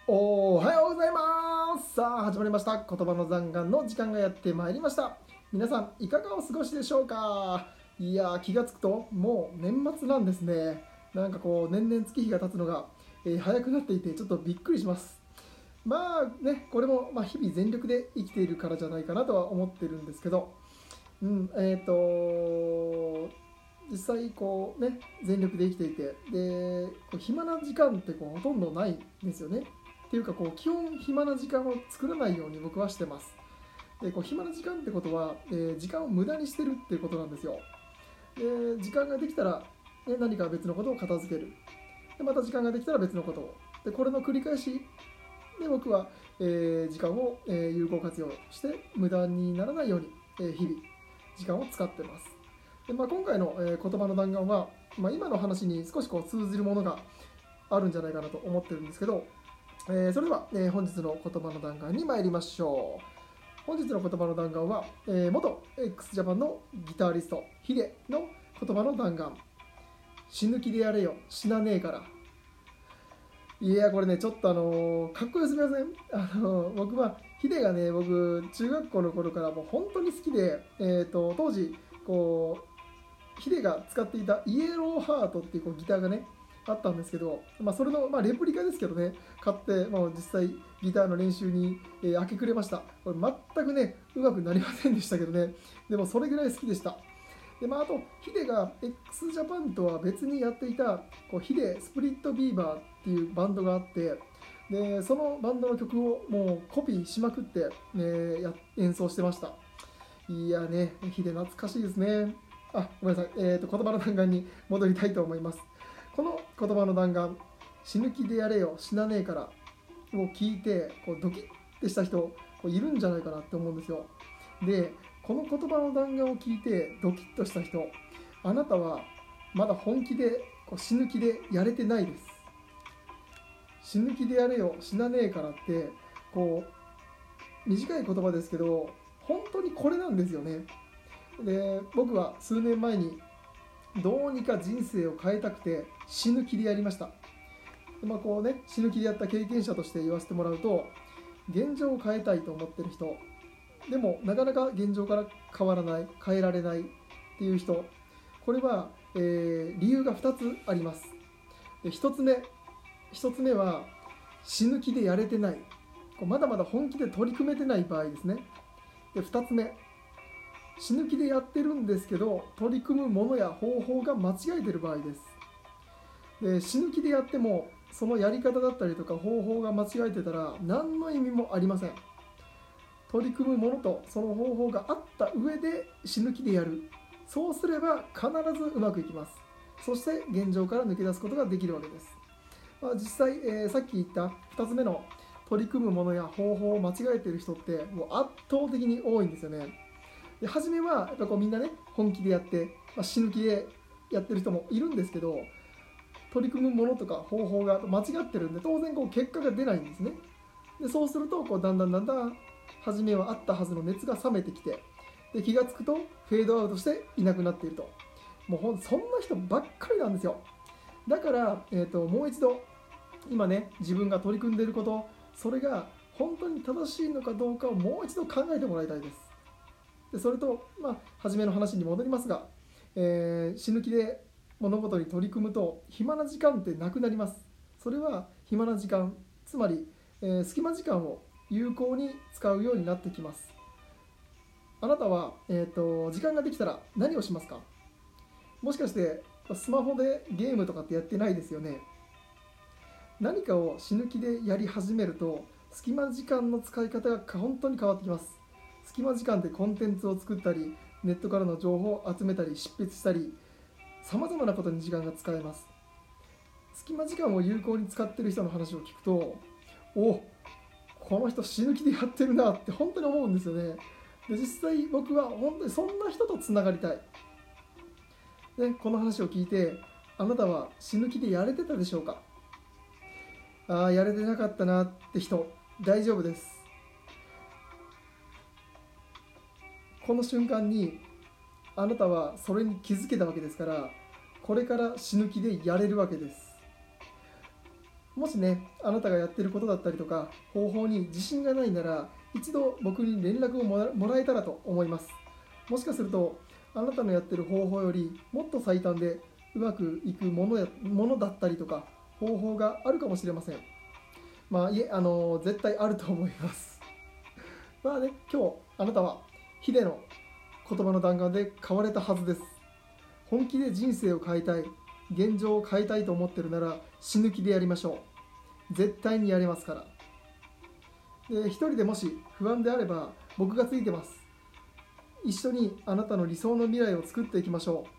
おはようございます。さあ始まりました、言葉の弾丸の時間がやってまいりました。皆さんいかがお過ごしでしょうか。いやー、気がつくともう年末なんですね。なんかこう年々月日が経つのが、早くなっていてちょっとびっくりします。まあね、これも日々全力で生きているからじゃないかなとは思ってるんですけど、実際こうね全力で生きていて、でこう暇な時間ってこうほとんどないんですよね。っていうかこう基本暇な時間を作らないように僕はしてます。でこう暇な時間ってことは、時間を無駄にしてるっていうことなんですよ。で時間ができたら、何か別のことを片付ける。でまた時間ができたら別のことを。でこれの繰り返しで僕は、時間を、有効活用して無駄にならないように、日々時間を使ってます。で、今回の、言葉の弾丸は、今の話に少しこう通じるものがあるんじゃないかなと思ってるんですけど、それでは、本日の言葉の弾丸に参りましょう。本日の言葉の弾丸は、元 x ジャパンのギタリストヒデの言葉の弾丸。死ぬ気でやれよ、死なねえから。いや、これねちょっとかっこよすぎません？僕はヒデがね、僕中学校の頃からもう本当に好きで、当時こうヒデが使っていたイエローハートっていうこうギターがねあったんですけど、それの、レプリカですけどね、買ってもう実際ギターの練習に、明け暮れました。これ全くね上手くなりませんでしたけどね、でもそれぐらい好きでした。であとヒデが x ジャパンとは別にやっていたこうヒデスプリットビーバーっていうバンドがあって、でそのバンドの曲をもうコピーしまくって、演奏してました。いやね、ヒデ懐かしいですね。ごめんなさい、言葉の弾丸に戻りたいと思います。この言葉の弾丸、死ぬ気でやれよ死なねえからを聞いてこうドキッてした人こういるんじゃないかなって思うんですよ。でこの言葉の弾丸を聞いてドキッとした人、あなたはまだ本気でこう死ぬ気でやれてないです。死ぬ気でやれよ死なねえからってこう短い言葉ですけど本当にこれなんですよね。で僕は数年前にどうにか人生を変えたくて死ぬ気でやりました。で、こうね、死ぬ気でやった経験者として言わせてもらうと、現状を変えたいと思ってる人でもなかなか現状から変わらない、変えられないっていう人、これは、理由が2つあります。で1つ目は死ぬ気でやれてない、まだまだ本気で取り組めてない場合ですね。で2つ目、死ぬ気でやってるんですけど取り組むものや方法が間違えてる場合です。で死ぬ気でやってもそのやり方だったりとか方法が間違えてたら何の意味もありません。取り組むものとその方法があった上で死ぬ気でやる、そうすれば必ずうまくいきます。そして現状から抜け出すことができるわけです。実際、さっき言った2つ目の取り組むものや方法を間違えている人ってもう圧倒的に多いんですよね。で初めはやっぱこうみんなね本気でやって、死ぬ気でやってる人もいるんですけど、取り組むものとか方法が間違ってるんで当然こう結果が出ないんですね。でそうするとこうだんだん初めはあったはずの熱が冷めてきて、で気がつくとフェードアウトしていなくなっていると、もうそんな人ばっかりなんですよ。だから、もう一度今ね自分が取り組んでいること、それが本当に正しいのかどうかをもう一度考えてもらいたいです。でそれと、初めの話に戻りますが、死ぬ気で物事に取り組むと暇な時間ってなくなります。それは暇な時間、つまり、隙間時間を有効に使うようになってきます。あなたは、時間ができたら何をしますか？もしかしてスマホでゲームとかってやってないですよね。何かを死ぬ気でやり始めると隙間時間の使い方が本当に変わってきます。隙間時間でコンテンツを作ったり、ネットからの情報を集めたり執筆したり、さまざまなことに時間が使えます。隙間時間を有効に使っている人の話を聞くと、この人死ぬ気でやってるなって本当に思うんですよね。で実際僕は本当にそんな人とつながりたい。でこの話を聞いてあなたは死ぬ気でやれてたでしょうか？やれてなかったなって人、大丈夫です。この瞬間にあなたはそれに気づけたわけですから、これから死ぬ気でやれるわけです。 もしね、あなたがやってることだったりとか方法に自信がないなら、一度僕に連絡をもらえたらと思います。もしかするとあなたのやってる方法よりもっと最短でうまくいくものだったりとか方法があるかもしれません。絶対あると思います。まあね、今日あなたはヒデの言葉の弾丸で変われたはずです。本気で人生を変えたい、現状を変えたいと思ってるなら死ぬ気でやりましょう。絶対にやれますから。で、一人でもし不安であれば僕がついてます。一緒にあなたの理想の未来を作っていきましょう。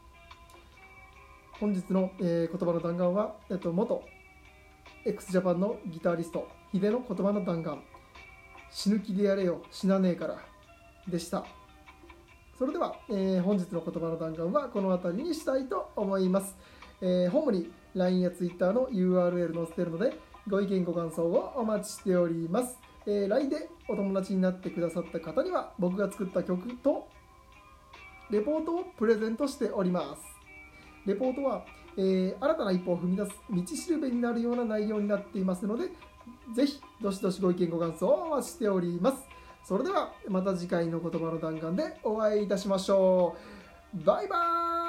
本日の、言葉の弾丸は、元 XJAPAN のギタリストヒデの言葉の弾丸、死ぬ気でやれよ死なねえからでした。それでは、本日の言葉の弾丸はこの辺りにしたいと思います。ホームに LINE や Twitter の URL 載せているので、ご意見ご感想をお待ちしております。LINE でお友達になってくださった方には僕が作った曲とレポートをプレゼントしております。レポートは、新たな一歩を踏み出す道しるべになるような内容になっていますので、ぜひどしどしご意見ご感想をお待ちしております。それではまた次回の言葉の弾丸でお会いいたしましょう。バイバーイ。